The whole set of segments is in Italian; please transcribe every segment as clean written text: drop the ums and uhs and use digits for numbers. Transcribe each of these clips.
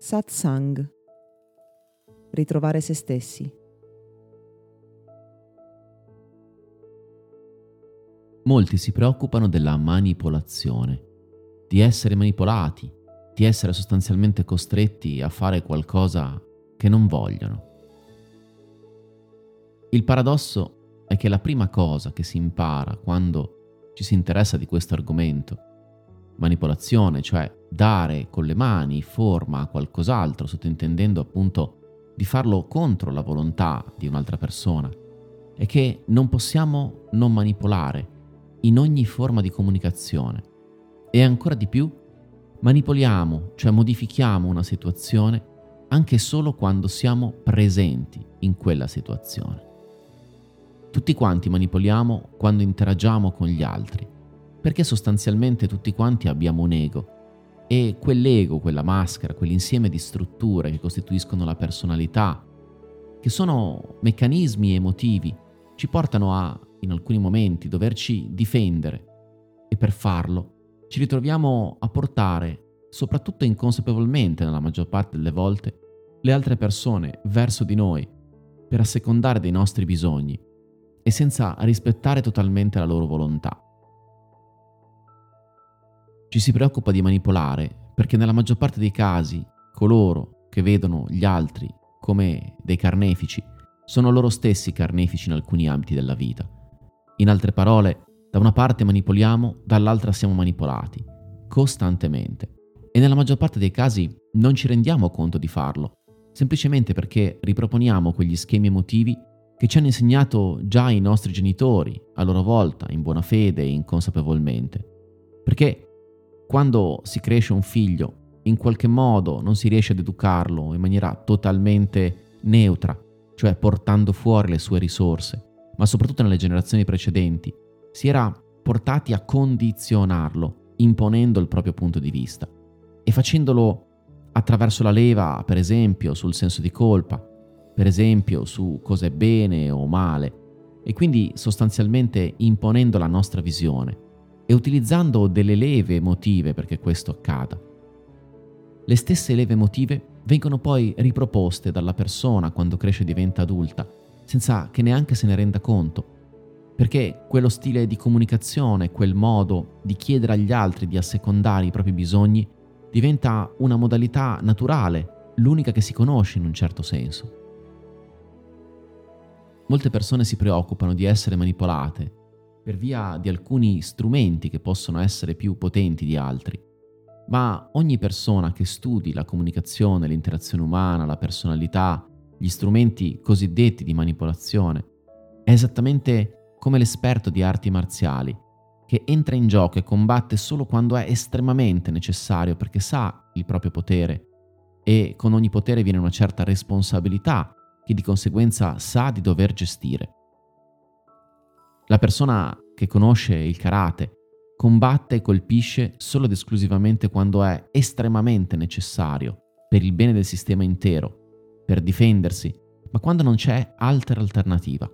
Satsang. Ritrovare se stessi. Molti si preoccupano della manipolazione, di essere manipolati, di essere sostanzialmente costretti a fare qualcosa che non vogliono. Il paradosso è che la prima cosa che si impara quando ci si interessa di questo argomento, manipolazione, cioè dare con le mani forma a qualcos'altro, sottintendendo appunto di farlo contro la volontà di un'altra persona, è che non possiamo non manipolare in ogni forma di comunicazione e ancora di più manipoliamo, cioè modifichiamo una situazione anche solo quando siamo presenti in quella situazione. Tutti quanti manipoliamo quando interagiamo con gli altri, perché sostanzialmente tutti quanti abbiamo un ego e quell'ego, quella maschera, quell'insieme di strutture che costituiscono la personalità, che sono meccanismi emotivi, ci portano a, in alcuni momenti, doverci difendere e per farlo ci ritroviamo a portare, soprattutto inconsapevolmente nella maggior parte delle volte, le altre persone verso di noi per assecondare dei nostri bisogni e senza rispettare totalmente la loro volontà. Ci si preoccupa di manipolare perché nella maggior parte dei casi coloro che vedono gli altri come dei carnefici sono loro stessi carnefici in alcuni ambiti della vita. In altre parole, da una parte manipoliamo, dall'altra siamo manipolati, costantemente. E nella maggior parte dei casi non ci rendiamo conto di farlo, semplicemente perché riproponiamo quegli schemi emotivi che ci hanno insegnato già i nostri genitori, a loro volta, in buona fede e inconsapevolmente. Perché quando si cresce un figlio, in qualche modo non si riesce ad educarlo in maniera totalmente neutra, cioè portando fuori le sue risorse, ma soprattutto nelle generazioni precedenti, si era portati a condizionarlo, imponendo il proprio punto di vista e facendolo attraverso la leva, per esempio, sul senso di colpa, per esempio su cosa è bene o male, e quindi sostanzialmente imponendo la nostra visione e utilizzando delle leve emotive perché questo accada. Le stesse leve emotive vengono poi riproposte dalla persona quando cresce e diventa adulta, senza che neanche se ne renda conto, perché quello stile di comunicazione, quel modo di chiedere agli altri di assecondare i propri bisogni, diventa una modalità naturale, l'unica che si conosce in un certo senso. Molte persone si preoccupano di essere manipolate per via di alcuni strumenti che possono essere più potenti di altri, ma ogni persona che studi la comunicazione, l'interazione umana, la personalità, gli strumenti cosiddetti di manipolazione, è esattamente come l'esperto di arti marziali, che entra in gioco e combatte solo quando è estremamente necessario perché sa il proprio potere e con ogni potere viene una certa responsabilità che di conseguenza sa di dover gestire. La persona che conosce il karate combatte e colpisce solo ed esclusivamente quando è estremamente necessario per il bene del sistema intero, per difendersi, ma quando non c'è altra alternativa.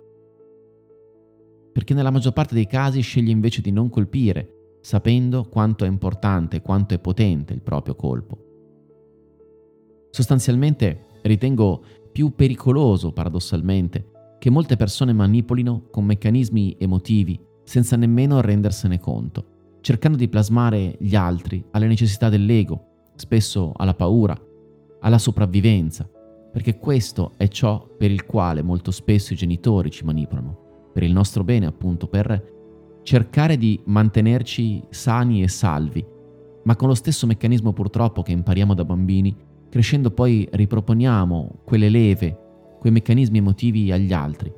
Perché nella maggior parte dei casi sceglie invece di non colpire, sapendo quanto è importante e quanto è potente il proprio colpo. Sostanzialmente ritengo più pericoloso, paradossalmente, che molte persone manipolino con meccanismi emotivi senza nemmeno rendersene conto, cercando di plasmare gli altri alle necessità dell'ego, spesso alla paura, alla sopravvivenza, perché questo è ciò per il quale molto spesso i genitori ci manipolano, per il nostro bene appunto, per cercare di mantenerci sani e salvi, ma con lo stesso meccanismo purtroppo che impariamo da bambini, crescendo poi riproponiamo quelle leve, quei meccanismi emotivi agli altri.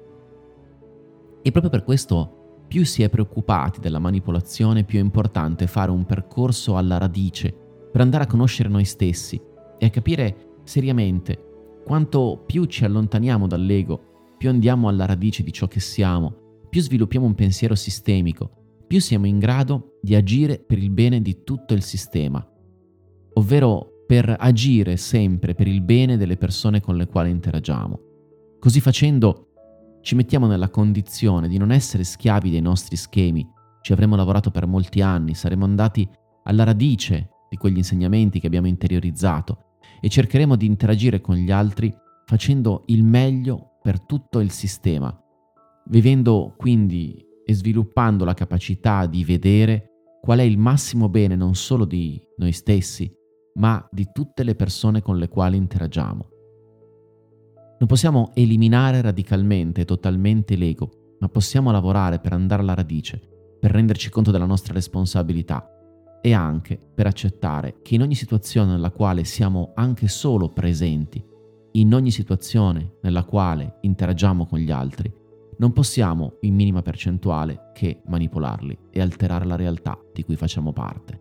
E proprio per questo più si è preoccupati della manipolazione, più è importante fare un percorso alla radice per andare a conoscere noi stessi e a capire seriamente quanto più ci allontaniamo dall'ego, più andiamo alla radice di ciò che siamo, più sviluppiamo un pensiero sistemico, più siamo in grado di agire per il bene di tutto il sistema, ovvero per agire sempre per il bene delle persone con le quali interagiamo. Così facendo ci mettiamo nella condizione di non essere schiavi dei nostri schemi, ci avremo lavorato per molti anni, saremo andati alla radice di quegli insegnamenti che abbiamo interiorizzato e cercheremo di interagire con gli altri facendo il meglio per tutto il sistema, vivendo quindi e sviluppando la capacità di vedere qual è il massimo bene non solo di noi stessi, ma di tutte le persone con le quali interagiamo. Non possiamo eliminare radicalmente e totalmente l'ego, ma possiamo lavorare per andare alla radice, per renderci conto della nostra responsabilità e anche per accettare che in ogni situazione nella quale siamo anche solo presenti, in ogni situazione nella quale interagiamo con gli altri, non possiamo in minima percentuale che manipolarli e alterare la realtà di cui facciamo parte.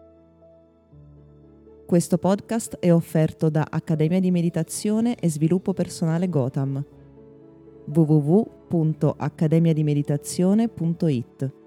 Questo podcast è offerto da Accademia di Meditazione e Sviluppo Personale Gotham. www.accademiadimeditazione.it